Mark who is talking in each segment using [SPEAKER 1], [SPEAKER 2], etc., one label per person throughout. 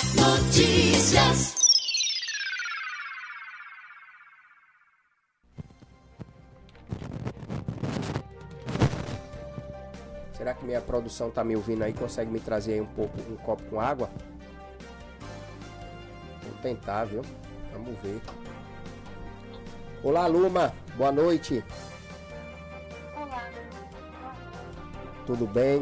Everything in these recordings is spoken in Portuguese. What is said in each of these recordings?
[SPEAKER 1] Notícias.
[SPEAKER 2] Será que minha produção tá me ouvindo aí? Consegue me trazer aí um copo com água? Vou tentar, viu? Vamos ver. Olá, Luma. Boa noite.
[SPEAKER 3] Olá.
[SPEAKER 2] Tudo bem?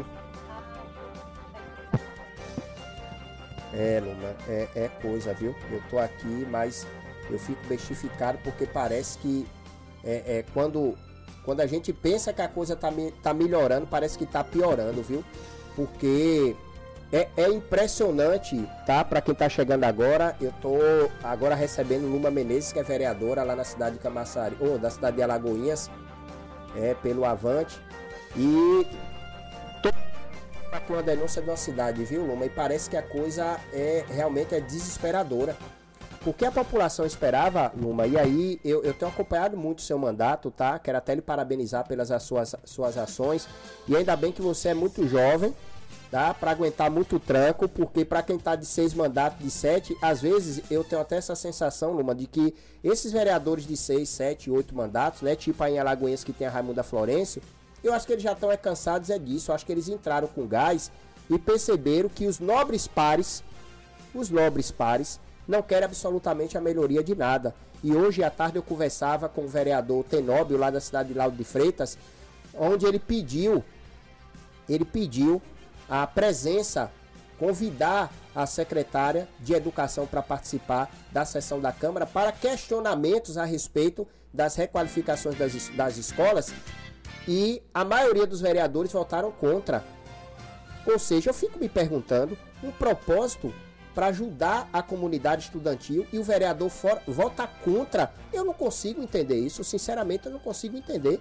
[SPEAKER 2] Luma, é coisa, viu? Eu tô aqui, mas eu fico bestificado porque parece que quando a gente pensa que a coisa tá melhorando, parece que tá piorando, viu? Porque é impressionante, tá? Para quem tá chegando agora, eu tô agora recebendo Luma Menezes, que é vereadora lá na cidade de Camaçari, ou da cidade de Alagoinhas, pelo Avante. E com uma denúncia de uma cidade, viu, Luma? E parece que a coisa realmente é desesperadora. Porque a população esperava, Luma, e aí eu tenho acompanhado muito o seu mandato, tá? Quero até lhe parabenizar pelas suas ações. E ainda bem que você é muito jovem, tá? Para aguentar muito tranco, porque para quem tá de 6 mandatos, de 7, às vezes eu tenho até essa sensação, Luma, de que esses vereadores de 6, 7, 8 mandatos, né? Tipo aí em Alagoinhas que tem a Raimunda Florencio, eu acho que eles já estão cansados disso. Eu acho que eles entraram com gás e perceberam que os nobres pares não querem absolutamente a melhoria de nada. E hoje à tarde eu conversava com o vereador Tenóbio, lá da cidade de Lauro de Freitas, onde ele pediu a presença, convidar a secretária de Educação para participar da sessão da Câmara para questionamentos a respeito das requalificações das escolas. E a maioria dos vereadores votaram contra. Ou seja, eu fico me perguntando, um propósito para ajudar a comunidade estudantil e o vereador vota contra. Eu não consigo entender isso, sinceramente eu não consigo entender.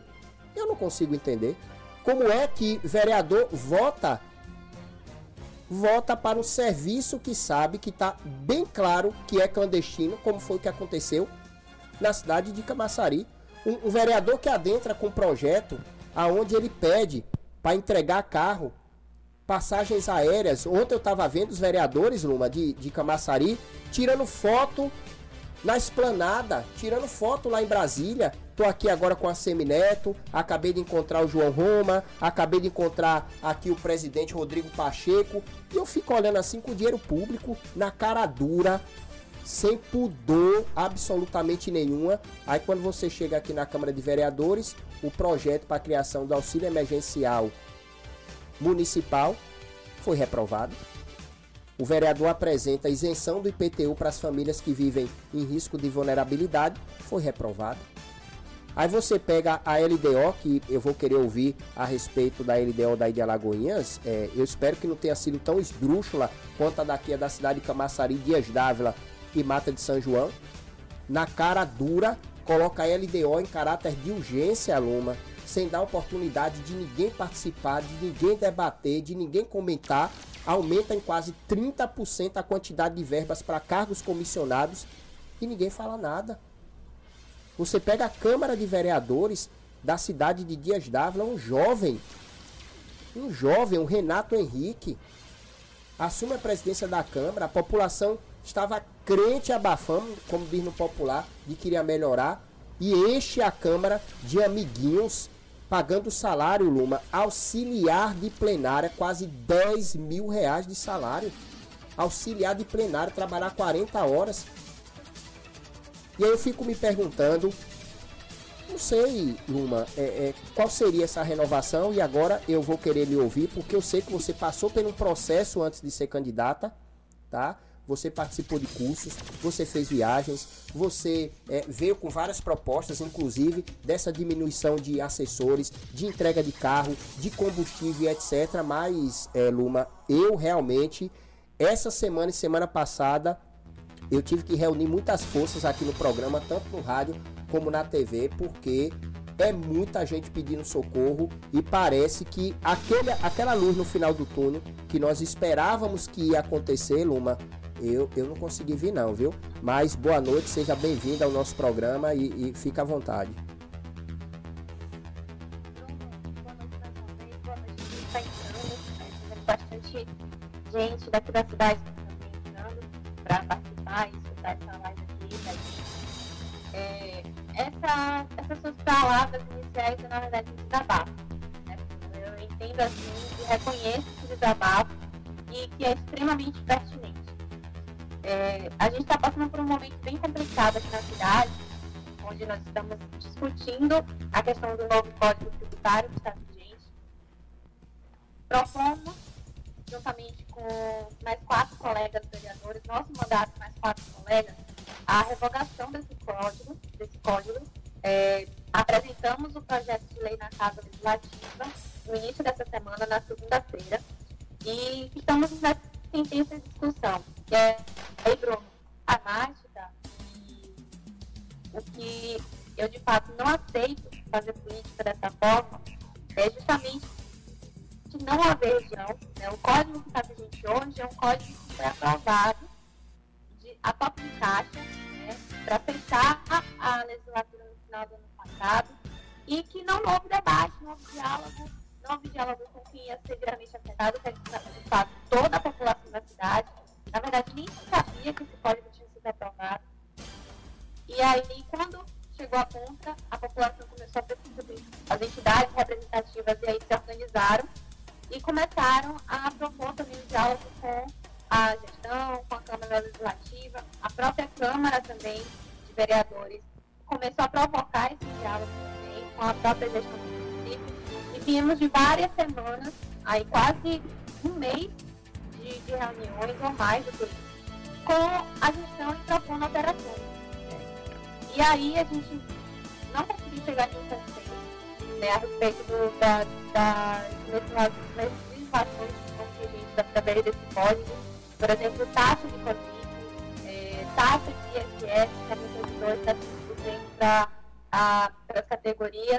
[SPEAKER 2] Como é que vereador vota para um serviço que sabe que está bem claro que é clandestino, como foi o que aconteceu na cidade de Camaçari. Um vereador que adentra com um projeto aonde ele pede para entregar carro, passagens aéreas. Ontem eu estava vendo os vereadores, Luma, de Camaçari, tirando foto na esplanada, tirando foto lá em Brasília. Tô aqui agora com a Semineto, acabei de encontrar o João Roma, acabei de encontrar aqui o presidente Rodrigo Pacheco, e eu fico olhando assim com o dinheiro público, na cara dura, sem pudor absolutamente nenhuma. Aí quando você chega aqui na Câmara de Vereadores, o projeto para a criação do auxílio emergencial municipal foi reprovado. O vereador apresenta isenção do IPTU para as famílias que vivem em risco de vulnerabilidade, foi reprovado. Aí você pega a LDO, que eu vou querer ouvir a respeito da LDO daí de Alagoinhas. Eu espero que não tenha sido tão esdrúxula quanto a daqui da cidade de Camaçari, Dias Dávila e Mata de São João. Na cara dura, coloca a LDO em caráter de urgência, Luma, sem dar oportunidade de ninguém participar, de ninguém debater, de ninguém comentar. Aumenta em quase 30% a quantidade de verbas para cargos comissionados e ninguém fala nada. Você pega a Câmara de Vereadores da cidade de Dias Dávila, um jovem, o Renato Henrique, assume a presidência da Câmara. A população estava crente abafando, como diz no popular, de que iria melhorar, e enche a Câmara de amiguinhos, pagando salário, Luma, auxiliar de plenária, quase 10 mil reais de salário. Auxiliar de plenária, trabalhar 40 horas. E aí eu fico me perguntando, não sei, Luma, qual seria essa renovação, e agora eu vou querer lhe ouvir, porque eu sei que você passou por um processo antes de ser candidata, tá? Você participou de cursos, você fez viagens, você veio com várias propostas, inclusive dessa diminuição de assessores, de entrega de carro, de combustível, etc. Mas, Luma, eu realmente, essa semana e semana passada, eu tive que reunir muitas forças aqui no programa, tanto no rádio como na TV, porque é muita gente pedindo socorro e parece que aquela luz no final do túnel que nós esperávamos que ia acontecer, Luma, eu não consegui vir não, viu? Mas boa noite, seja bem-vindo ao nosso programa e fica à vontade.
[SPEAKER 3] Boa noite mais uma vez, boa noite a quem está entrando, bastante gente daqui da cidade também entrando. para participar e escutar essa live aqui da gente. Essas suas palavras iniciais, na verdade, um desabafo. Né? Eu entendo assim e reconheço esse desabafo e que é extremamente pertinente. A gente está passando por um momento bem complicado aqui na cidade, onde nós estamos discutindo a questão do novo Código Tributário que está vigente. Propomos, juntamente com mais 4 colegas vereadores, nosso mandato mais 4 colegas, a revogação desse código. Apresentamos o projeto de lei na Casa Legislativa no início dessa semana, na segunda-feira, e estamos nessa intensa discussão. Aí, Bruno, a mágica, o que eu de fato não aceito fazer política dessa forma é justamente de não haver região. Né? O código que está vigente hoje é um código que foi aprovado a toque de caixa, né, para fechar a legislatura no final do ano passado, e que não houve debate, não houve diálogo com quem ia ser diretamente afetado, que é de fato toda a população da cidade. Na verdade, nem se sabia que esse código tinha sido aprovado. E aí, quando chegou a conta, a população começou a perceber. As entidades representativas e aí se organizaram e começaram a propor também um diálogo com a gestão, com a Câmara Legislativa, a própria Câmara também de Vereadores começou a provocar esse diálogo também com a própria gestão do município, e viemos de várias semanas, aí quase um mês de reuniões ou mais do que isso, com a gestão e propondo alterações. E aí a gente não conseguiu chegar em um consenso, né, a respeito das legislações que estão vigentes através desse código. Por exemplo, taxa de CONIC, taxa de ISS, que a professora está discutindo para as categorias.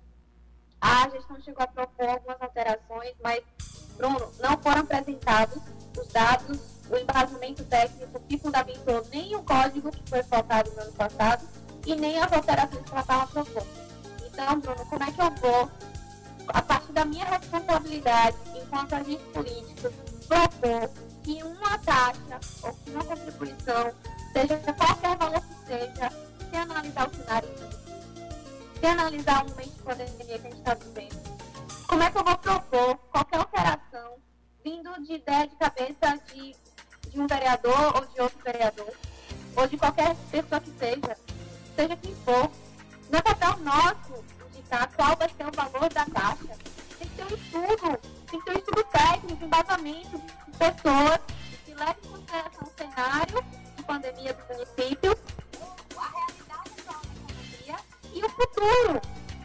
[SPEAKER 3] A gestão chegou a propor algumas alterações, mas, Bruno, não foram apresentados os dados, o embasamento técnico que fundamentou nem o código que foi votado no ano passado e nem as alterações que ela estava propondo. Então, Bruno, como é que eu vou, a partir da minha responsabilidade enquanto agente político, propor que uma taxa ou que uma contribuição, seja qualquer valor que seja, sem analisar o cenário, sem analisar o momento de pandemia que a gente está vivendo? Como é que eu vou propor qualquer alteração vindo de ideia de cabeça de um vereador ou de outro vereador, ou de qualquer pessoa que seja quem for? Não é papel nosso indicar qual vai ser o valor da taxa. Tem que ter um estudo, tem que ter um estudo técnico, embasamento de pessoas que levem em consideração o cenário de pandemia do município, a realidade atual da economia e o futuro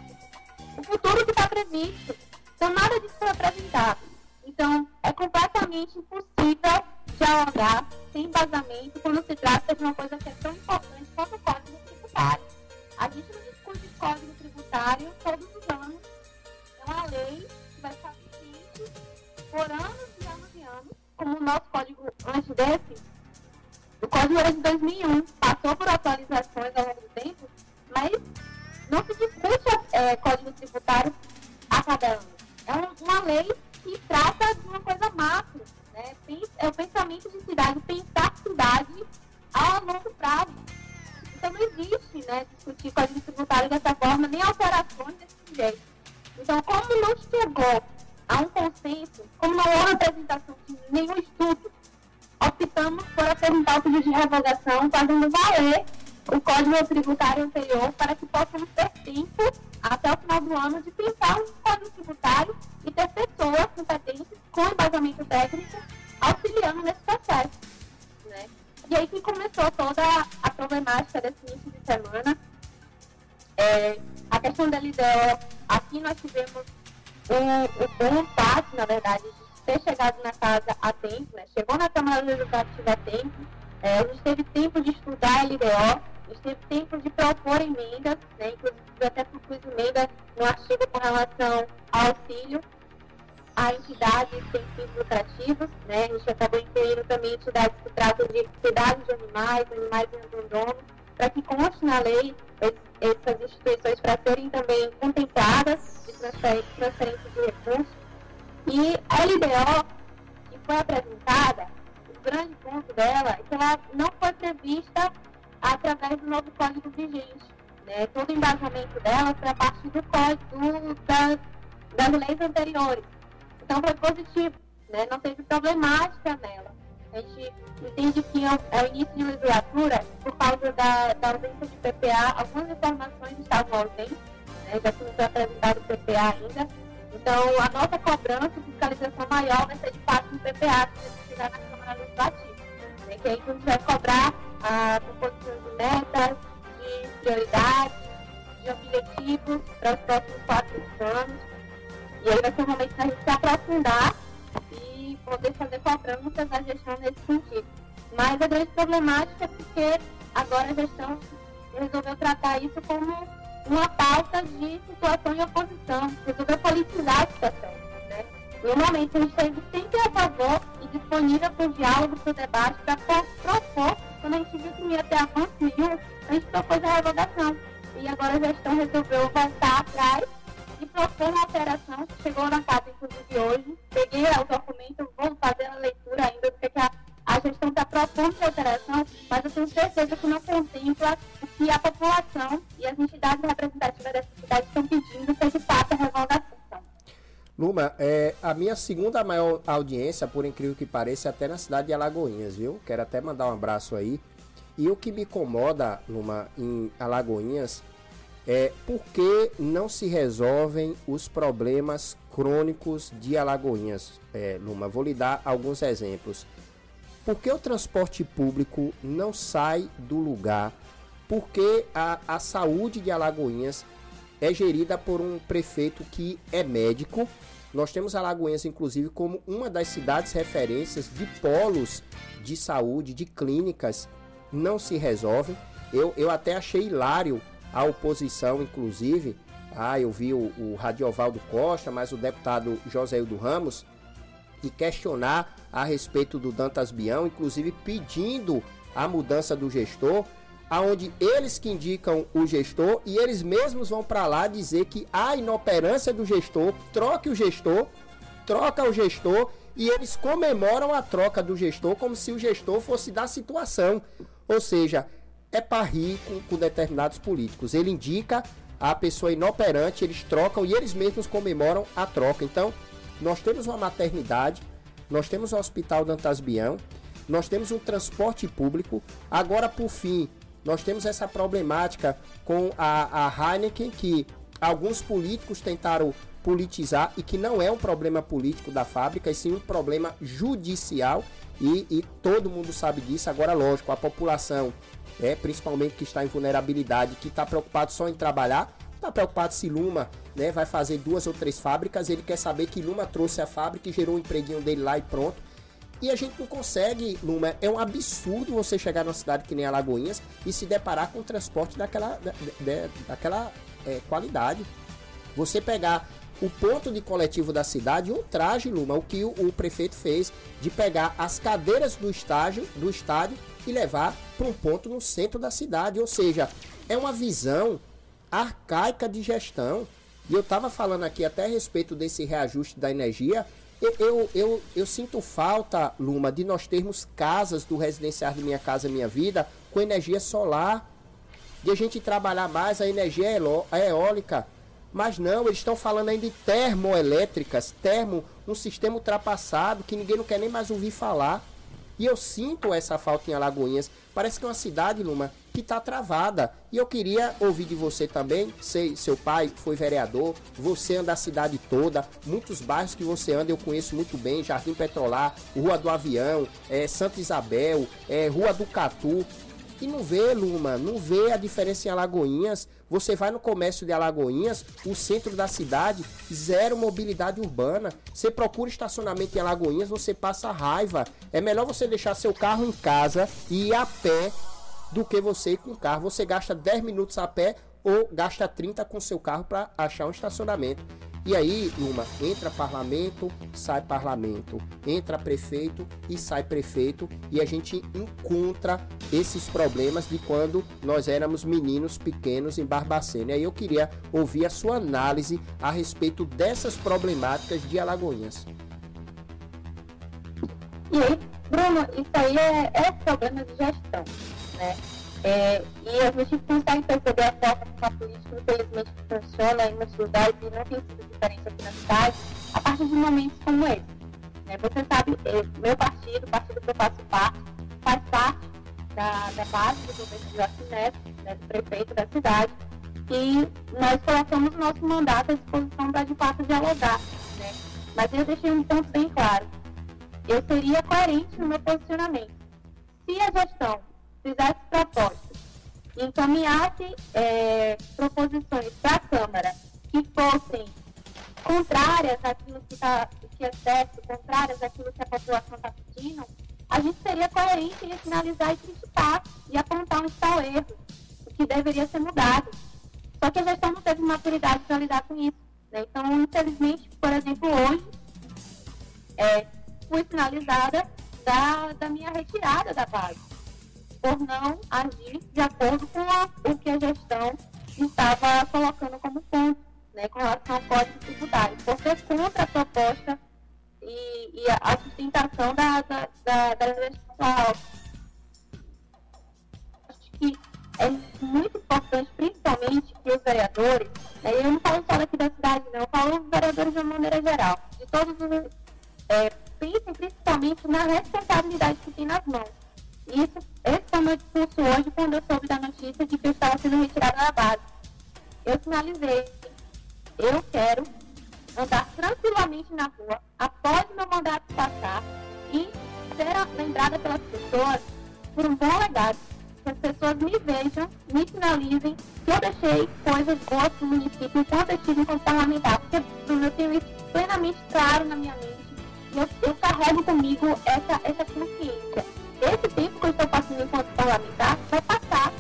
[SPEAKER 3] que está previsto. Então, nada disso foi apresentado. Então, é completamente impossível dialogar sem embasamento quando se trata de uma coisa que é tão importante quanto o Código Tributário. A gente não discute o Código Tributário todos os anos. É uma lei que vai estar vigente por anos e anos e anos, como o nosso código antes desse. O código era de 2001, passou por atualizações ao longo do tempo, mas não se discute Código Tributário a cada ano. É uma lei que trata de uma coisa macro, né? É o pensamento de cidade, pensar cidade a longo prazo. Então não existe, né, discutir Código Tributário dessa forma, nem alterações desse jeito. Então, como não chegou a um consenso, como não houve apresentação de nenhum estudo, optamos por apresentar o pedido de revogação, fazendo valer o Código Tributário anterior para que possamos ter tempo, até o final do ano, de pensar um Código Tributário e ter pessoas competentes com embasamento técnico auxiliando nesse processo. Né? E aí que começou toda a problemática desse início de semana. A questão da LDO, aqui nós tivemos o bom passo, na verdade, de ter chegado na casa a tempo, né? Chegou na Câmara Legislativa a tempo, a gente teve tempo de estudar a LDO, a gente teve tempo de propor emendas, né? Inclusive eu até propus emenda no artigo com relação ao auxílio a entidades sem fins lucrativos, né? A gente acabou incluindo também entidades que tratam de cuidado de animais em abandono, para que conste na lei essas instituições para serem também contempladas de transferência de recursos. E a LDO que foi apresentada, grande ponto dela é que ela não foi prevista através do novo código vigente. Né? Todo o embasamento dela foi a partir do código das leis anteriores. Então foi positivo, né? Não teve problemática nela. A gente entende que ao início de legislatura, por causa da ausência de PPA, algumas informações estavam ausentes, né? Já que não foi apresentado o PPA ainda. Então, a nossa cobrança e fiscalização maior vai ser de fato no PPA, que a gente chegar na Câmara Legislativa. Né? Que aí a gente vai cobrar a composição de metas, de prioridades, de objetivos para os próximos 4 anos. E aí vai ser um momento da gente se aprofundar e poder fazer cobranças da gestão nesse sentido. Mas a grande problemática é porque agora a gestão resolveu tratar isso como uma pauta de situação e oposição, resolveu politizar a situação. Né? Normalmente a gente esteve sempre a favor e disponível para o diálogo, para o debate, para propor, quando a gente viu que não ia ter avanço nenhum, a gente propôs a revogação. E agora a gestão resolveu voltar atrás e propor uma alteração que chegou na casa, inclusive hoje. Peguei o documento, vou fazer a leitura ainda do que a gestão está propondo de alteração, mas eu tenho certeza que não contempla o que a população e as entidades representativas dessa cidade estão pedindo, que de fato a revogação.
[SPEAKER 2] Luma, a minha segunda maior audiência, por incrível que pareça, é até na cidade de Alagoinhas, viu? Quero até mandar um abraço aí. E o que me incomoda, Luma, em Alagoinhas, é por que não se resolvem os problemas crônicos de Alagoinhas, Luma. Vou lhe dar alguns exemplos. Por que o transporte público não sai do lugar? Por que a saúde de Alagoinhas é gerida por um prefeito que é médico? Nós temos Alagoinhas, inclusive, como uma das cidades referências de polos de saúde, de clínicas. Não se resolve. Eu até achei hilário a oposição, inclusive. Eu vi o Radiovaldo Costa, mas o deputado Joséildo Ramos, e questionar a respeito do Dantas Bião, inclusive pedindo a mudança do gestor, aonde eles que indicam o gestor e eles mesmos vão para lá dizer que há inoperância do gestor, troca o gestor e eles comemoram a troca do gestor como se o gestor fosse da situação. Ou seja, é para rir com determinados políticos. Ele indica a pessoa inoperante, eles trocam e eles mesmos comemoram a troca. Então, nós temos uma maternidade, nós temos o Hospital Dantas Bião, nós temos um transporte público. Agora, por fim, nós temos essa problemática com a Heineken, que alguns políticos tentaram politizar e que não é um problema político da fábrica, e sim um problema judicial, e todo mundo sabe disso. Agora, lógico, a população, principalmente que está em vulnerabilidade, que está preocupado só em trabalhar, está preocupado se Luma, né, vai fazer 2 ou 3 fábricas, ele quer saber que Luma trouxe a fábrica e gerou o empreguinho dele lá e pronto. E a gente não consegue, Luma, é um absurdo você chegar numa cidade que nem Alagoinhas e se deparar com o transporte daquela qualidade. Você pegar o ponto de coletivo da cidade, um traje, Luma, o que o prefeito fez de pegar as cadeiras do estádio e levar para um ponto no centro da cidade. Ou seja, é uma visão arcaica de gestão. E eu estava falando aqui até a respeito desse reajuste da energia. Eu sinto falta, Luma, de nós termos casas do residenciar de Minha Casa Minha Vida com energia solar, de a gente trabalhar mais a energia eólica. Mas não, eles estão falando ainda de termoelétricas, um sistema ultrapassado que ninguém não quer nem mais ouvir falar. E eu sinto essa falta em Alagoinhas. Parece que é uma cidade, Luma, que está travada. E eu queria ouvir de você também. Seu pai foi vereador, você anda a cidade toda, muitos bairros que você anda eu conheço muito bem, Jardim Petrolar, Rua do Avião, Santa Isabel, Rua do Catu. E não vê, Luma, não vê a diferença em Alagoinhas. Você vai no comércio de Alagoinhas, o centro da cidade, zero mobilidade urbana. Você procura estacionamento em Alagoinhas, você passa raiva. É melhor você deixar seu carro em casa e ir a pé do que você ir com o carro. Você gasta 10 minutos a pé ou gasta 30 com seu carro para achar um estacionamento. E aí, Luma, entra parlamento, sai parlamento, entra prefeito e sai prefeito, e a gente encontra esses problemas de quando nós éramos meninos pequenos em Barbacena. E aí eu queria ouvir a sua análise a respeito dessas problemáticas de Alagoinhas.
[SPEAKER 3] E aí, Bruno, isso aí é problema de gestão, né? E a gente consegue perceber a forma como a política, infelizmente, funciona em muitos lugares e não tem sido diferente aqui na cidade, a partir de momentos como esse. Né? Você sabe, meu partido, o partido que eu faço parte, faz parte da base do governo de Joaquim Neto, né, do prefeito da cidade, e nós colocamos o nosso mandato à disposição para, de fato, dialogar. Né? Mas eu deixei um ponto bem claro. Eu seria coerente no meu posicionamento. Se a gestão fizesse propostas e encaminhasse proposições para a Câmara que fossem contrárias àquilo que é certo, contrárias àquilo que a população está pedindo, a gente seria coerente em sinalizar e criticar e apontar onde está o erro, o que deveria ser mudado. Só que a gestão não teve maturidade para lidar com isso. Né? Então, infelizmente, por exemplo, hoje, fui sinalizada da minha retirada da base, por não agir de acordo com o que a gestão estava colocando como ponto, né, com relação ao Código Tributário, por ser contra a proposta e a sustentação da legislação. Acho que é muito importante, principalmente para os vereadores, né, eu não falo só daqui da cidade, não, eu falo os vereadores de uma maneira geral, de todos os... pensem principalmente na responsabilidade que tem nas mãos. Esse foi o meu discurso hoje, quando eu soube da notícia de que eu estava sendo retirada da base. Eu sinalizei, eu quero andar tranquilamente na rua, após o meu mandato passar, e ser lembrada pelas pessoas por um bom legado. Que as pessoas me vejam, me sinalizem que eu deixei coisas boas no município enquanto eu estive enquanto parlamentar. Porque, Bruno, eu tenho isso plenamente claro na minha mente. Eu carrego comigo essa consciência. Esse tempo que eu estou passando enquanto parlamentar vai passar.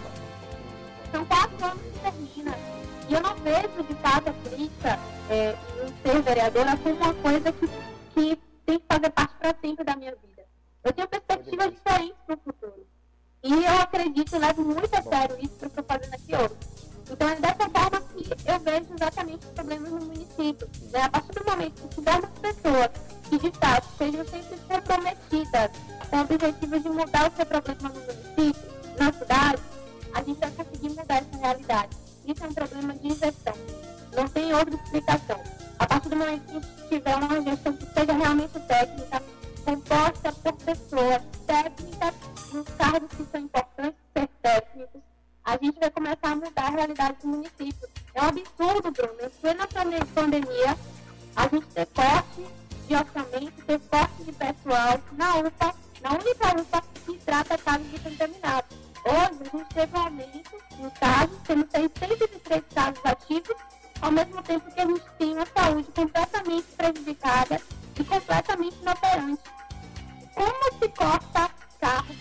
[SPEAKER 3] São 4 anos que termina. E eu não vejo, de fato, a política e o ser vereadora como uma coisa que tem que fazer parte para sempre da minha vida. Eu tenho perspectivas diferentes para o futuro. E eu acredito e levo muito a sério isso que eu estou fazendo aqui hoje. Então é dessa forma que eu vejo exatamente os problemas no município. Né? A partir do momento que tivermos pessoas que de fato sejam sempre comprometidas com o objetivo de mudar o seu problema no município, na cidade, a gente vai conseguir mudar essa realidade. Isso é um problema de gestão. Não tem outra explicação. A partir do momento que a gente tiver uma gestão que seja realmente técnica, composta por pessoas técnicas, nos cargos que são importantes ser técnicos, a gente vai começar a mudar a realidade do município. É um absurdo, Bruno. Em plena pandemia, a gente ter corte de orçamento, ter corte de pessoal na UPA, na única UPA que trata casos de contaminados. Hoje, a gente teve um aumento em casos, temos 603 casos ativos, ao mesmo tempo que a gente tem uma saúde completamente prejudicada e completamente inoperante. Como se corta cargos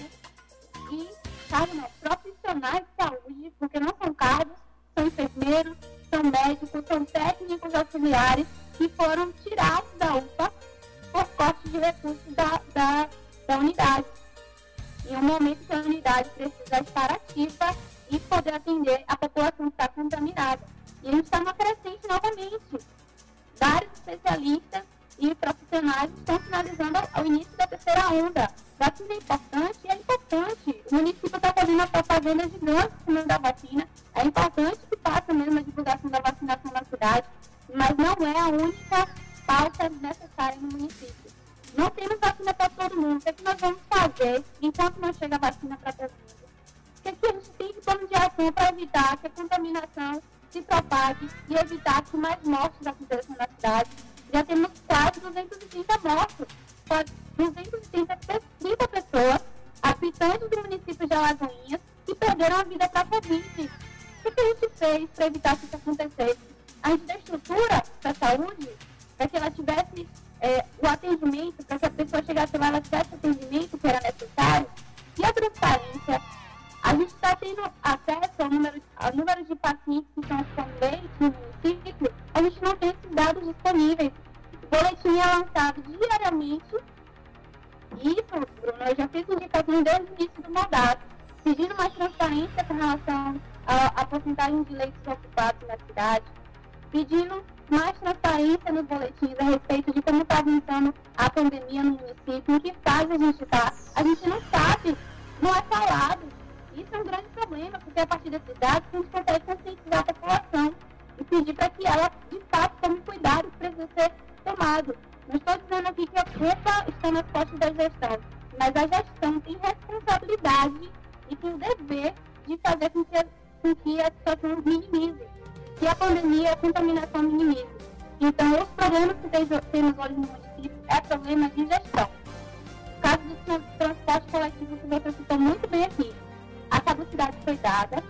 [SPEAKER 3] e profissionais de saúde, porque não são cargos, são enfermeiros, são médicos, são técnicos auxiliares que foram tirados da UPA por corte de recursos da unidade. Em um momento que a unidade precisa estar ativa e poder atender a população que está contaminada. E a gente está numa crescente novamente. Vários especialistas e profissionais estão finalizando ao início da terceira onda. Vacina é importante e é importante. O município está fazendo uma propaganda gigante em cima da vacina. É importante que faça mesmo a divulgação da vacinação na cidade, mas não é a única pauta necessária no município. Não temos vacina para todo mundo. O que é que nós vamos fazer enquanto não chega a vacina para todo mundo? O que é que a gente tem de plano de ação para evitar que a contaminação se propague e evitar que mais mortes aconteçam na cidade? Já temos quase 230 mortos, 230 pessoas, habitantes do município de Alagoinhas, que perderam a vida para a Covid. O que a gente fez para evitar que isso acontecesse? A gente deu estrutura para a saúde, para que ela tivesse o atendimento, para que a pessoa chegasse lá e ela tivesse o atendimento que era necessário. E a transparência, a gente está tendo acesso ao número de pacientes que estão com leite no município, a gente não tem esses dados disponíveis. O boletim é lançado diariamente. Isso, Bruno, eu já fiz indicações desde o início do mandato, pedindo mais transparência com relação à porcentagem de leitos ocupados na cidade, pedindo mais transparência nos boletins a respeito de como está avançando a pandemia no município, o que faz a gente estar. A gente não sabe, não é falado. Isso é um grande problema, porque a partir desses dados a gente consegue conscientizar a população e pedir para que ela, de fato, tome cuidado que precisa ser tomado. Não estou dizendo aqui que a culpa está nas costas da gestão, mas a gestão tem responsabilidade e tem o dever de fazer com que a situação minimize, que a pandemia, a contaminação minimize. Então, os problemas que temos hoje no município é problema de gestão. O caso do transporte coletivo que você citou muito bem aqui, a caducidade foi dada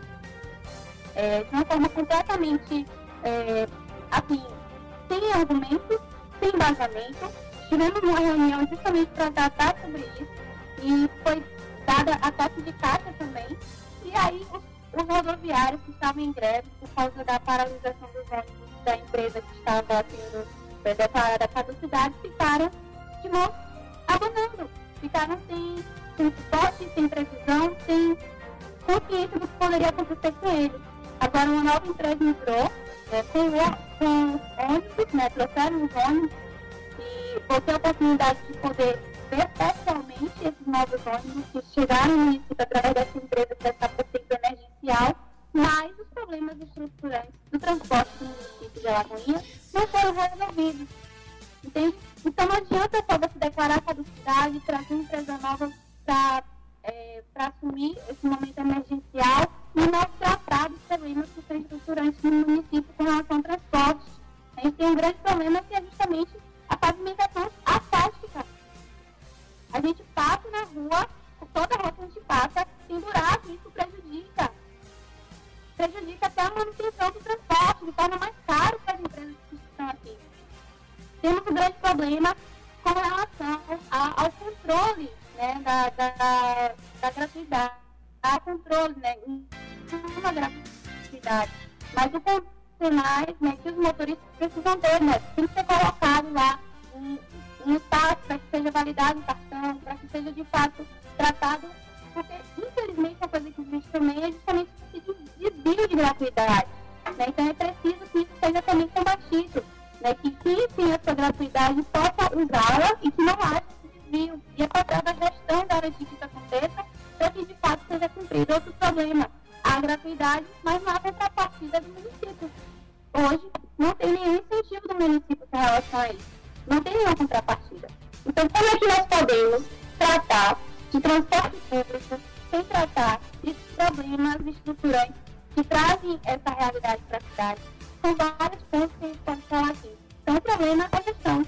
[SPEAKER 3] de uma forma completamente, assim, sem argumentos, sem embasamento. Tivemos uma reunião justamente para tratar sobre isso e foi dada a toque de caixa também. E aí, os rodoviários que estavam em greve por causa da paralisação dos ônibus da empresa que estava sendo declarada a caducidade, ficaram de mão abanando, ficaram sem suporte, sem previsão, sem consciência do que poderia acontecer com eles. Agora uma nova empresa entrou com ônibus, né, trouxeram os ônibus e vou ter a oportunidade de poder ver pessoalmente esses novos ônibus que chegaram no município através dessa empresa que está por tempo emergencial, mas os problemas estruturantes do transporte no município de Alagoinhas não foram resolvidos. Entende? Então não adianta só você declarar a caducidade e trazer uma empresa nova para assumir esse momento emergencial e não tratar dos problemas que são estruturantes no município com relação ao transporte. A gente tem um grande problema que é justamente a pavimentação asfáltica. A gente passa na rua, por toda a rua que a gente passa, tem buraco, isso prejudica até a manutenção do transporte, de forma mais caro para as empresas que estão aqui. Temos um grande problema com relação ao controle, né, da gratuidade, ao controle, né, não a gratuidade, mas o funcionais, né, que os motoristas precisam ter, né, tem que ser colocado lá um espaço para que seja validado o cartão, para que seja de fato tratado, porque infelizmente uma coisa que existe também é justamente esse desvio de gratuidade, né? Então é preciso que isso seja também combatido, né? Que quem tem essa gratuidade possa usá-la e que não haja esse desvio. E é papel da gestão garantir que isso aconteça para que de fato seja cumprido. Outro problema, a gratuidade, mas não há contrapartida do município. Hoje não tem nenhum incentivo do município com relação a isso. Não tem nenhuma contrapartida. Então, como é que nós podemos tratar de transporte público sem tratar de problemas estruturantes que trazem essa realidade para a cidade? São vários pontos que a gente pode falar aqui. Então, o problema é gestão.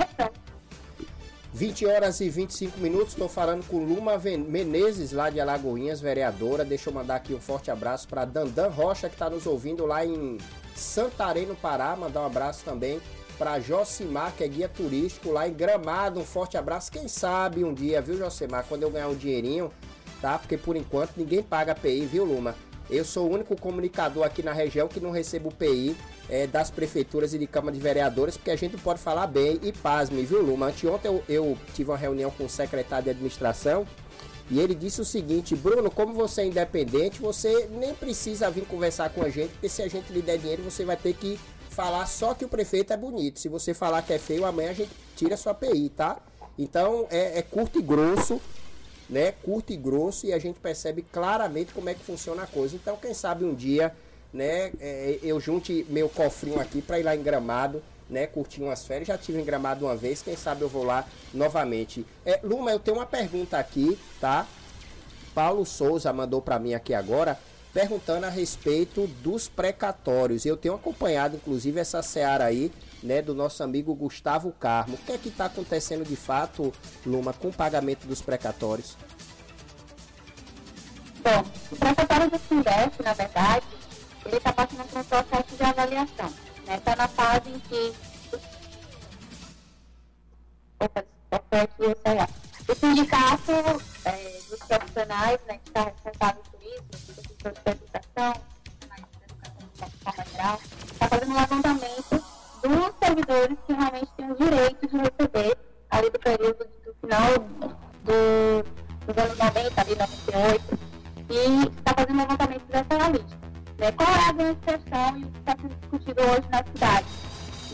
[SPEAKER 2] 20 horas e 25 minutos, estou falando com Luma Menezes, lá de Alagoinhas, vereadora. Deixa eu mandar aqui um forte abraço para Dandan Rocha, que está nos ouvindo lá em Santarém, no Pará. Mandar um abraço também para Josimar, que é guia turístico lá em Gramado. Um forte abraço. Quem sabe um dia, viu, Josimar, quando eu ganhar um dinheirinho, tá? Porque por enquanto ninguém paga PI, viu, Luma? Eu sou o único comunicador aqui na região que não recebo PI das prefeituras e de Câmara de Vereadores, porque a gente não pode falar bem. E pasme, viu, Luma? Anteontem eu tive uma reunião com o secretário de administração e ele disse o seguinte: Bruno, como você é independente, você nem precisa vir conversar com a gente, porque se a gente lhe der dinheiro, você vai ter que falar só que o prefeito é bonito. Se você falar que é feio, amanhã a gente tira a sua PI, tá? Então é curto e grosso, né? Curto e grosso, e a gente percebe claramente como é que funciona a coisa. Então, quem sabe um dia, né, eu junte meu cofrinho aqui para ir lá em Gramado, né, curtir umas férias. Já tive em Gramado uma vez, quem sabe eu vou lá novamente. Luma, eu tenho uma pergunta aqui, tá? Paulo Souza mandou para mim aqui agora, perguntando a respeito dos precatórios. Eu tenho acompanhado, inclusive, essa seara aí, né, do nosso amigo Gustavo Carmo. O que é que está acontecendo de fato, Luma, com o pagamento dos precatórios?
[SPEAKER 3] Bom, o precatório do Sindef, na verdade, ele está passando por um processo de avaliação. Está na fase em que o sindicato dos profissionais, né, que está responsável por isso, dos professores de educação, está fazendo um levantamento dos servidores que realmente têm o direito de receber ali do período do final dos anos 90, ali 98, e está fazendo um levantamento dessa lista. Qual é a grande questão e o que está sendo discutido hoje na cidade?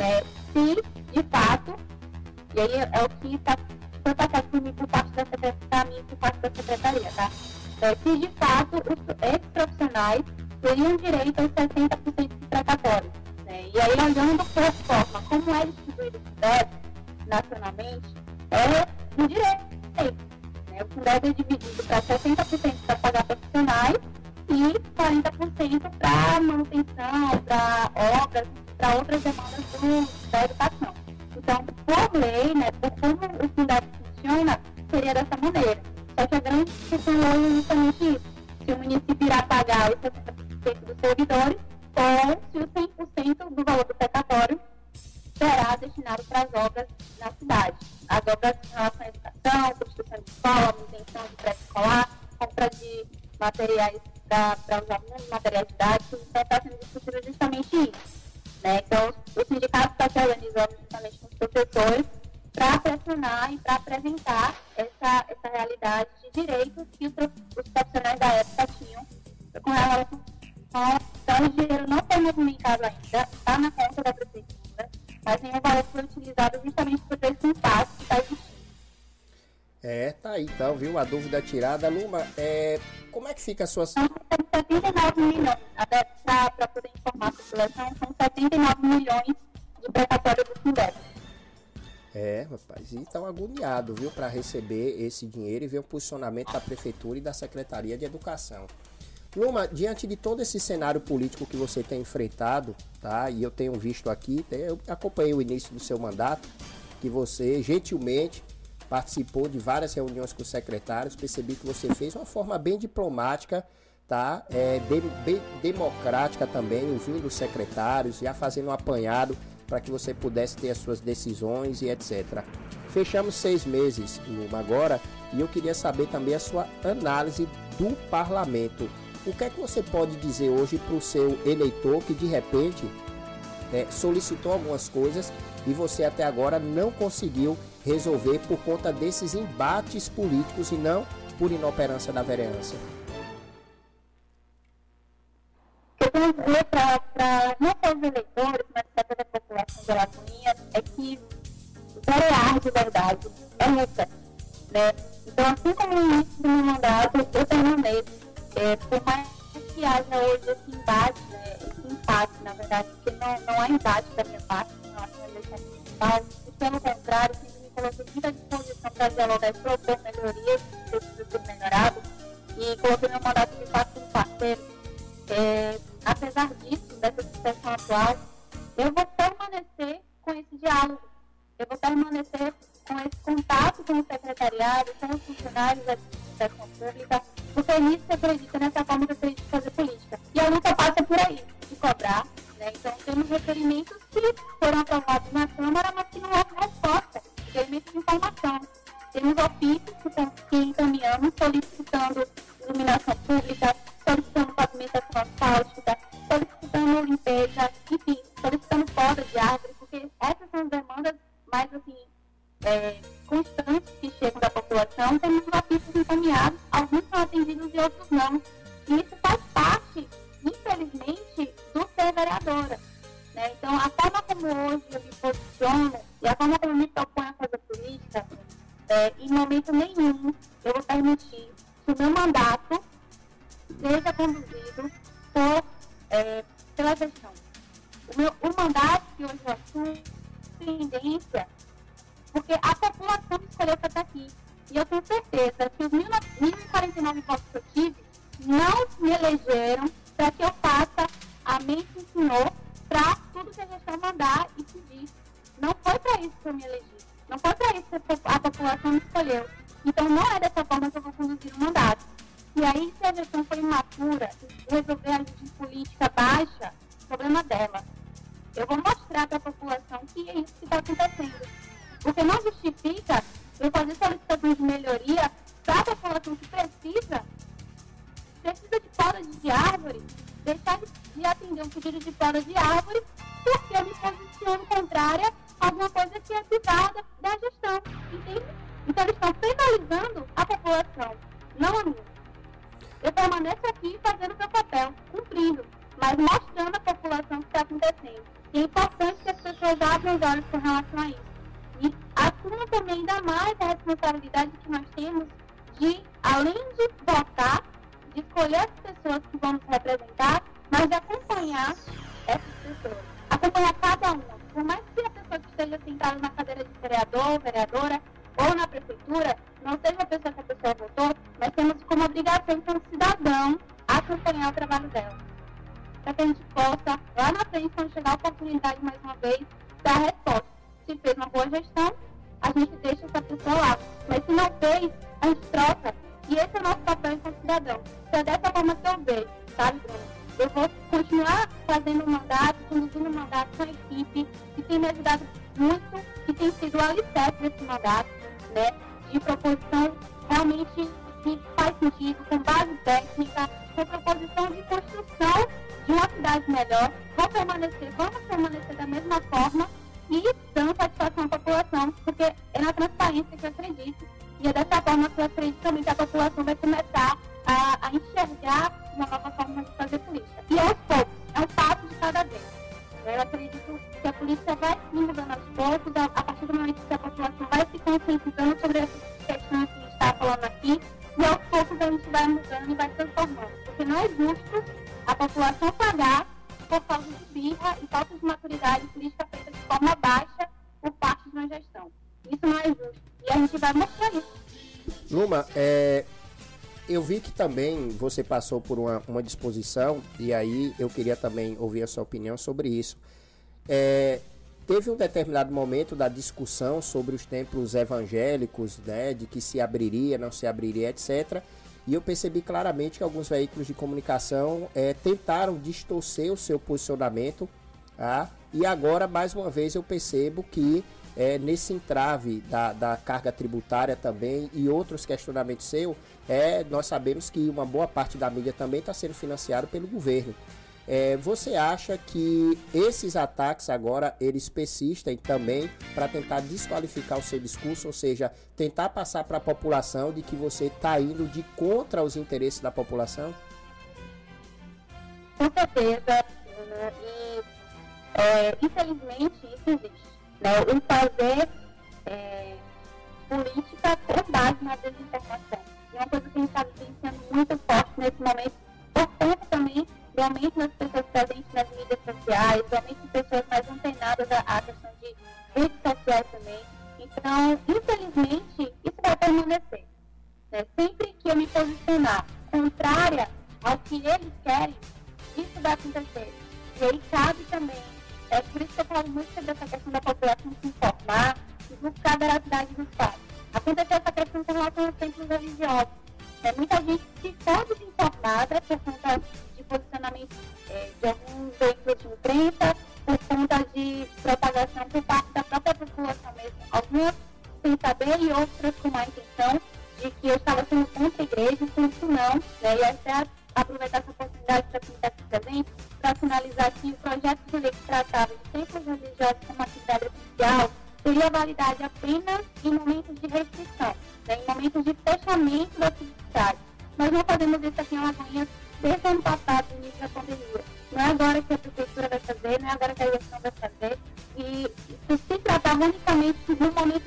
[SPEAKER 3] aí é o que foi passado por mim por parte da secretaria, tá? Que de fato esses profissionais teriam direito aos 60% de precatório, né? E aí, olhando por forma como é distribuído o Fundeb nacionalmente, é um direito, né? O Fundeb é dividido para 60% para pagar profissionais e 40% para manutenção, para obras, para outras demandas da educação. Então, por lei, né, por como o Fundeb funciona, seria dessa maneira. Só que a grande discussão hoje é justamente isso. Se o município irá pagar os 60% dos servidores ou se os 100% do valor do precatório será destinado para as obras na cidade. As obras em relação à educação, construção de escola, manutenção de pré-escolar, compra de materiais para os alunos, materiais didáticos, então está sendo discutido justamente isso. Né? Então, o sindicato está se organizando justamente com os professores para pressionar e para apresentar essa realidade de direitos que os profissionais da época tinham com relação a então, o dinheiro não foi movimentado ainda, está na conta da prefeitura, mas nenhum valor foi utilizado justamente por esse impasse que está existindo.
[SPEAKER 2] Tá aí então, viu? A dúvida tirada. Luma, como é que fica a sua...
[SPEAKER 3] São 79 milhões, até para poder informar a população, são 79 milhões de precatório do Fundeb.
[SPEAKER 2] Rapaz, e estão agoniados, viu, para receber esse dinheiro e ver o posicionamento da Prefeitura e da Secretaria de Educação. Luma, diante de todo esse cenário político que você tem enfrentado, tá? E eu tenho visto aqui, eu acompanhei o início do seu mandato, que você gentilmente participou de várias reuniões com os secretários, percebi que você fez uma forma bem diplomática, tá? Bem democrática também, ouvindo os secretários, já fazendo um apanhado para que você pudesse ter as suas decisões e etc. Fechamos 6 meses, Luma, agora, e eu queria saber também a sua análise do parlamento. O que é que você pode dizer hoje para o seu eleitor que de repente solicitou algumas coisas e você até agora não conseguiu resolver por conta desses embates políticos e não por inoperância da vereança?
[SPEAKER 3] O que eu tenho a dizer para não só os eleitores, mas para toda a população de Alagoinhas é que verear de verdade é luta, né? Então, assim como no início do meu mandato, eu terminei, por mais que haja hoje esse embate, né, esse empate, na verdade, porque não há embate da minha parte em relação à eleição municipal, e pelo contrário, sempre me coloquei muito à disposição para dialogar e propor melhorias, que precisam ser melhoradas, e coloquei meu mandato de fato como parceiro. Apesar disso, dessa situação atual, eu vou permanecer com esse diálogo, eu vou permanecer com esse contato com o secretariado, com os funcionários da administração pública, porque nisso eu acredito, nessa forma que eu acredito fazer política. E a luta passa por aí, de cobrar, né? Então temos requerimentos que foram aprovados na Câmara, mas que não houve resposta, requerimentos de informação. Temos ofícios que encaminhamos solicitando iluminação pública, solicitando pavimentação asfáltica, solicitando limpeza, enfim, solicitando poda de árvore, porque essas são as demandas mais assim, constantes que chegam da população. Temos ofícios encaminhados, alguns são atendidos e outros não. E isso faz parte, infelizmente, do ser vereadora, né? Então, a forma como hoje eu me posiciono e a forma como eu me proponho a fazer política, em momento nenhum eu vou permitir que o meu mandato seja conduzido pela gestão. O mandato que hoje eu assumo tem tendência porque a população escolheu para estar aqui. E eu tenho certeza que os 1.049 votos que eu tive não me elegeram para que eu faça a mente ensinou para tudo que a gestão mandar e pedir. Não foi para isso que eu me elegi. Não foi para isso que a população me escolheu. Então não é dessa forma que eu vou conduzir o mandato. E aí, se a gestão for imatura e resolver agir de política baixa, problema dela. Eu vou mostrar para a população que é isso que está acontecendo. Porque não justifica eu fazer solicitações de melhoria para a população que precisa de poda de árvore, deixar de atender um pedido de poda de árvore, porque eu me posiciono contrária a alguma coisa que é privada da gestão, entende? Então eles estão penalizando a população, não a mim. Eu permaneço aqui fazendo o meu papel, cumprindo, mas mostrando à população o que está acontecendo. E é importante que as pessoas abram os olhos com relação a isso. e assumam também ainda mais a responsabilidade que nós temos de, além de votar, de escolher as pessoas que vão nos representar, mas de acompanhar essas pessoas. Acompanhar cada uma. Por mais que a pessoa que esteja sentada na cadeira de vereador, vereadora, ou na prefeitura, não seja a pessoa que a pessoa votou, mas temos como obrigação, como cidadão, acompanhar o trabalho dela. Para que a gente possa, lá na frente, quando chegar a oportunidade mais uma vez, dar a resposta. Se fez uma boa gestão, a gente deixa essa pessoa lá. Mas se não fez, a gente troca. E esse é o nosso papel como cidadão. Então é dessa forma que eu vejo, sabe, Bruno? Eu vou continuar fazendo o mandato, conduzindo o mandato com a equipe, que tem me ajudado muito, que tem sido o alicerce desse mandato, né? De proposição realmente que faz sentido, com base técnica, com proposição de construção de uma cidade melhor. Vamos permanecer da mesma forma e dando satisfação à população, porque é na transparência que eu acredito. E é dessa forma que eu acredito também que a população vai começar a enxergar uma nova forma de fazer política. E aos poucos, é um passo de cada vez. Eu acredito que a política vai se mudando aos poucos, a partir do momento que a população vai se conscientizando sobre essas questões que a gente está falando aqui, e aos poucos a gente vai mudando e vai transformando. Porque não é justo a população pagar por causa de birra e falta de maturidade política feita de forma baixa por parte de uma gestão. Isso não é justo. E a gente vai mostrar isso.
[SPEAKER 2] Luma, eu vi que também você passou por uma disposição, e aí eu queria também ouvir a sua opinião sobre isso. Teve um determinado momento da discussão sobre os templos evangélicos, né, de que se abriria, não se abriria, etc. E eu percebi claramente que alguns veículos de comunicação tentaram distorcer o seu posicionamento, tá? E agora, mais uma vez, eu percebo que nesse entrave da carga tributária também e outros questionamentos seus, nós sabemos que uma boa parte da mídia também está sendo financiada pelo governo. Você acha que esses ataques agora, eles persistem também para tentar desqualificar o seu discurso, ou seja, tentar passar para a população de que você está indo de contra os interesses da população?
[SPEAKER 3] Com certeza, e infelizmente isso existe. Né? O fazer política com base na desinformação. É uma coisa que a gente está vivenciando muito forte nesse momento, por conta também do aumento das pessoas presentes nas mídias sociais, do aumento de pessoas mais antenadas à questão de redes sociais também. Então, infelizmente, isso vai permanecer. Né? Sempre que eu me posicionar contrária ao que eles querem, isso vai acontecer. E aí cabe também, por isso que eu falo muito sobre essa questão da população se informar e buscar a veracidade dos fatos. Aconteceu essa questão com relação aos templos religiosos. Muita gente ficou desinformada por conta de posicionamento de alguns veículos de imprensa, por conta de propagação por parte da própria população mesmo. Algumas sem saber e outras com má intenção de que eu estava sendo contra a igreja, com isso não. Né? E até aproveitar essa oportunidade para quem está aqui presente, para finalizar que o projeto de lei que tratava de templos religiosos como atividade oficial teria validade apenas em momentos de restrição, né? Em momentos de fechamento da atividade. Nós não fazemos isso aqui em Alagoinhas desde o ano passado, no início da pandemia. Não é agora que a prefeitura vai fazer, não é agora que a gestão vai fazer. E isso se tratava unicamente no momento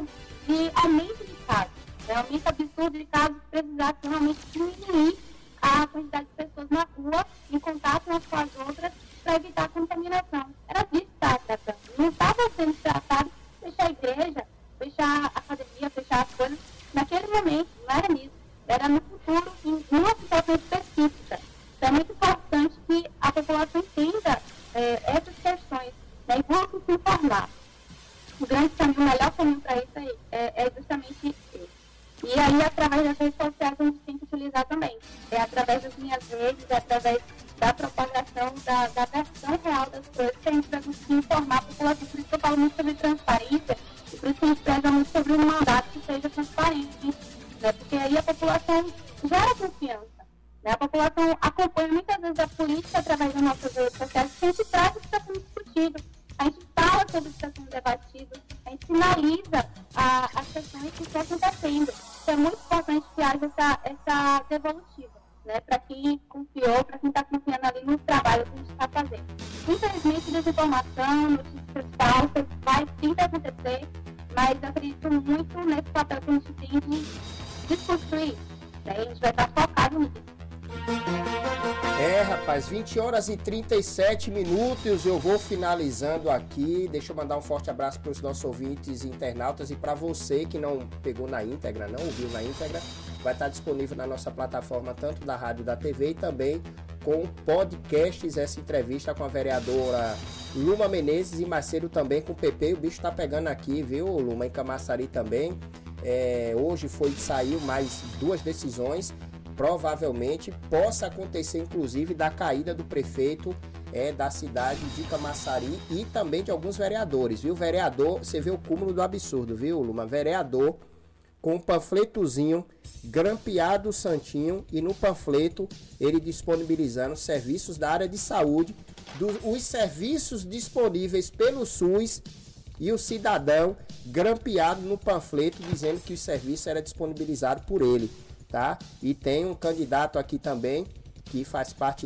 [SPEAKER 3] de aumento de casos, né? Aumento absurdo de casos que precisasse realmente diminuir a quantidade de pessoas na rua, em contato umas com as outras, para evitar a contaminação. Era disso que estava tratando. Não estava sendo tratado fechar a igreja, fechar a academia, fechar as coisas. Naquele momento, não era nisso. Era no futuro, em uma situação específica. Então, é muito importante que a população entenda essas questões, né, e busque se informar. O grande caminho, o melhor caminho para isso é justamente esse. E aí, através das redes sociais, a gente tem que utilizar também. É através das minhas redes, é através da propagação da versão real das coisas que a gente vai conseguir informar a população. Por isso que eu falo muito sobre transparência, e por isso que a gente preza muito sobre um mandato que seja transparente, né? Porque aí a população gera confiança, né? A população acompanha muitas vezes a política através das nossas redes sociais, porque a gente traz o que está sendo discutido, a gente fala sobre o que está sendo debatido, a gente sinaliza as questões que estão acontecendo. Então é muito importante que haja essa devolutiva, né, para quem confiou, para quem está confiando ali no trabalho que a gente está fazendo. Infelizmente, desinformação, notícias falsas, vai sempre acontecer, papel que a gente tem de desconstruir. Daí a gente vai estar focado nisso.
[SPEAKER 2] Rapaz, 20 horas e 37 minutos, eu vou finalizando aqui. Deixa eu mandar um forte abraço para os nossos ouvintes e internautas, e para você que não pegou na íntegra, não ouviu na íntegra, vai estar disponível na nossa plataforma, tanto da rádio, da TV, e também com podcasts, essa entrevista com a vereadora Luma Menezes, e mais cedo também com o PP. O bicho tá pegando aqui, viu, Luma, em Camaçari também. Hoje saiu mais 2 decisões. Provavelmente possa acontecer, inclusive, da caída do prefeito da cidade de Camaçari e também de alguns vereadores, viu? Vereador, você vê o cúmulo do absurdo, viu, Luma? Vereador com um panfletozinho grampeado santinho, e no panfleto ele disponibilizando serviços da área de saúde, os serviços disponíveis pelo SUS, e o cidadão grampeado no panfleto dizendo que o serviço era disponibilizado por ele. Tá? E tem um candidato aqui também que faz parte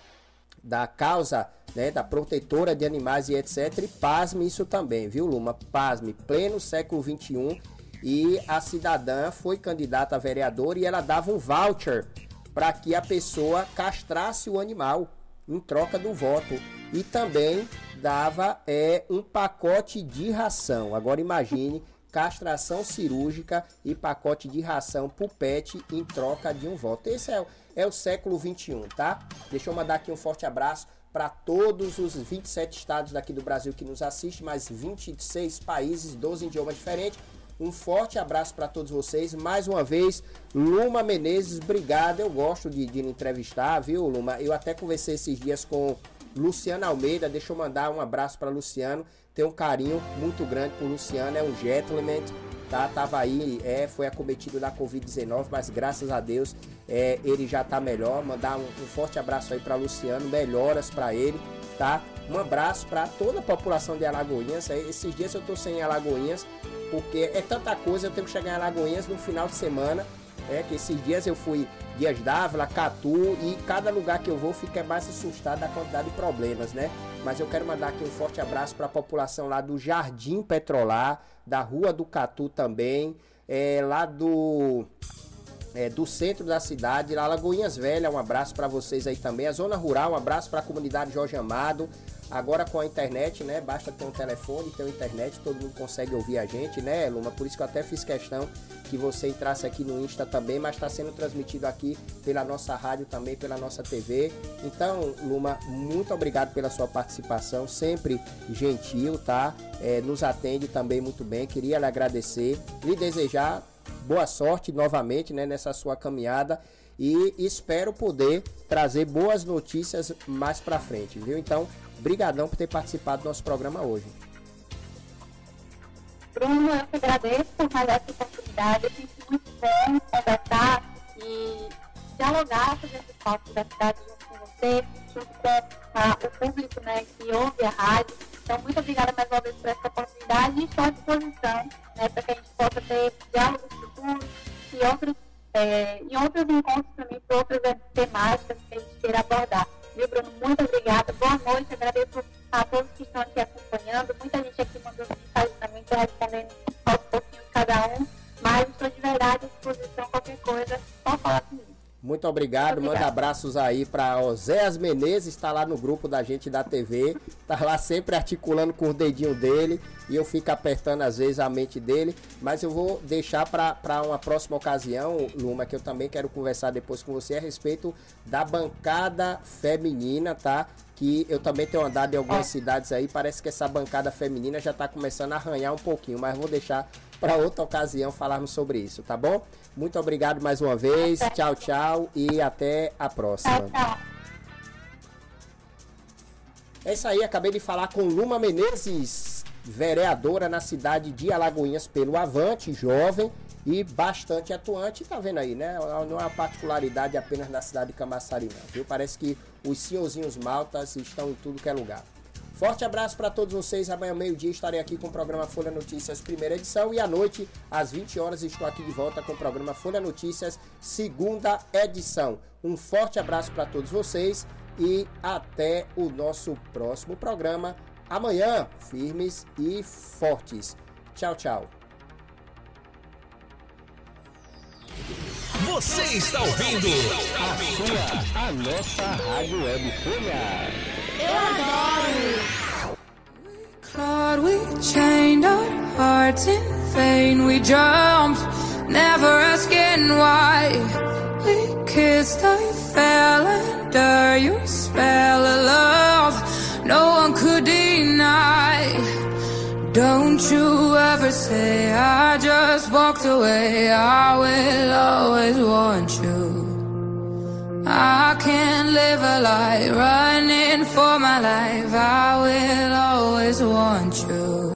[SPEAKER 2] da causa, né, da protetora de animais e etc. E pasme isso também, viu, Luma? Pasme, pleno século XXI, e a cidadã foi candidata a vereadora e ela dava um voucher para que a pessoa castrasse o animal em troca do voto. E também dava um pacote de ração. Agora imagine, castração cirúrgica e pacote de ração pro pet em troca de um voto. Esse é o século XXI, tá? Deixa eu mandar aqui um forte abraço para todos os 27 estados daqui do Brasil que nos assistem, mais 26 países, 12 idiomas diferentes. Um forte abraço para todos vocês. Mais uma vez, Luma Menezes, obrigado. Eu gosto de me entrevistar, viu, Luma? Eu até conversei esses dias com Luciano Almeida. Deixa eu mandar um abraço para Luciano. Tenho um carinho muito grande por Luciano, é um gentleman, tá? Tava aí, foi acometido da Covid-19, mas graças a Deus ele já tá melhor. Mandar um forte abraço aí para Luciano, melhoras para ele, tá? Um abraço para toda a população de Alagoinhas. Esses dias eu tô sem Alagoinhas, porque é tanta coisa, eu tenho que chegar em Alagoinhas no final de semana. Que esses dias eu fui Dias d'Ávila, Catu, e cada lugar que eu vou fica mais assustado da quantidade de problemas, né? Mas eu quero mandar aqui um forte abraço para a população lá do Jardim Petrolar, da Rua do Catu também, lá do centro da cidade, lá Lagoinhas Velha, um abraço para vocês aí também. A Zona Rural, um abraço para a comunidade Jorge Amado. Agora com a internet, né? Basta ter um telefone, ter uma internet, todo mundo consegue ouvir a gente, né, Luma? Por isso que eu até fiz questão que você entrasse aqui no Insta também, mas está sendo transmitido aqui pela nossa rádio também, pela nossa TV. Então, Luma, muito obrigado pela sua participação, sempre gentil, tá? Nos atende também muito bem. Queria lhe agradecer, lhe desejar boa sorte novamente, né, nessa sua caminhada, e espero poder trazer boas notícias mais pra frente, viu? Então, brigadão por ter participado do nosso programa hoje.
[SPEAKER 3] Bruno, eu que agradeço por mais essa oportunidade. É sempre muito bom conversar e dialogar sobre esses fatos da cidade junto com você, junto com o público, né, que ouve a rádio. Então, muito obrigada mais uma vez por essa oportunidade, e estou à disposição, né, para que a gente possa ter diálogos futuros e outros encontros também por outras temáticas que a gente queira abordar. Viu, Bruno? Muito obrigada. Boa noite. Agradeço a todos que estão aqui acompanhando. Muita gente aqui mandou mensagem também, estou respondendo aos pouquinhos cada um. Mas estou de verdade à disposição. Qualquer coisa, só falar comigo.
[SPEAKER 2] Muito obrigado. Manda abraços aí para Oséias Menezes, está lá no grupo da gente da TV, tá lá sempre articulando com o dedinho dele, e eu fico apertando às vezes a mente dele, mas eu vou deixar para uma próxima ocasião, Luma, que eu também quero conversar depois com você a respeito da bancada feminina, tá? Que eu também tenho andado em algumas cidades aí, parece que essa bancada feminina já está começando a arranhar um pouquinho, mas vou deixar para outra ocasião falarmos sobre isso, tá bom? Muito obrigado mais uma vez, tchau, tchau, e até a próxima. É isso aí, acabei de falar com Luma Menezes, vereadora na cidade de Alagoinhas pelo Avante, jovem e bastante atuante. Tá vendo aí, né? Não é uma particularidade apenas da cidade de Camaçari, não, viu? Parece que os senhorzinhos maltas estão em tudo que é lugar. Forte abraço para todos vocês. Amanhã, meio-dia, estarei aqui com o programa Folha Notícias, primeira edição. E à noite, às 20 horas, estou aqui de volta com o programa Folha Notícias, segunda edição. Um forte abraço para todos vocês e até o nosso próximo programa. Amanhã, firmes e fortes. Tchau, tchau.
[SPEAKER 1] Você está ouvindo
[SPEAKER 2] A nossa Rádio Web Folha.
[SPEAKER 4] Eu adoro!
[SPEAKER 5] Lord, we chained our hearts in vain. We jumped, never asking why. We kissed, I fell under your spell of love. No one could deny. Don't you ever say I just walked away. I will always want you. I can't live a lie right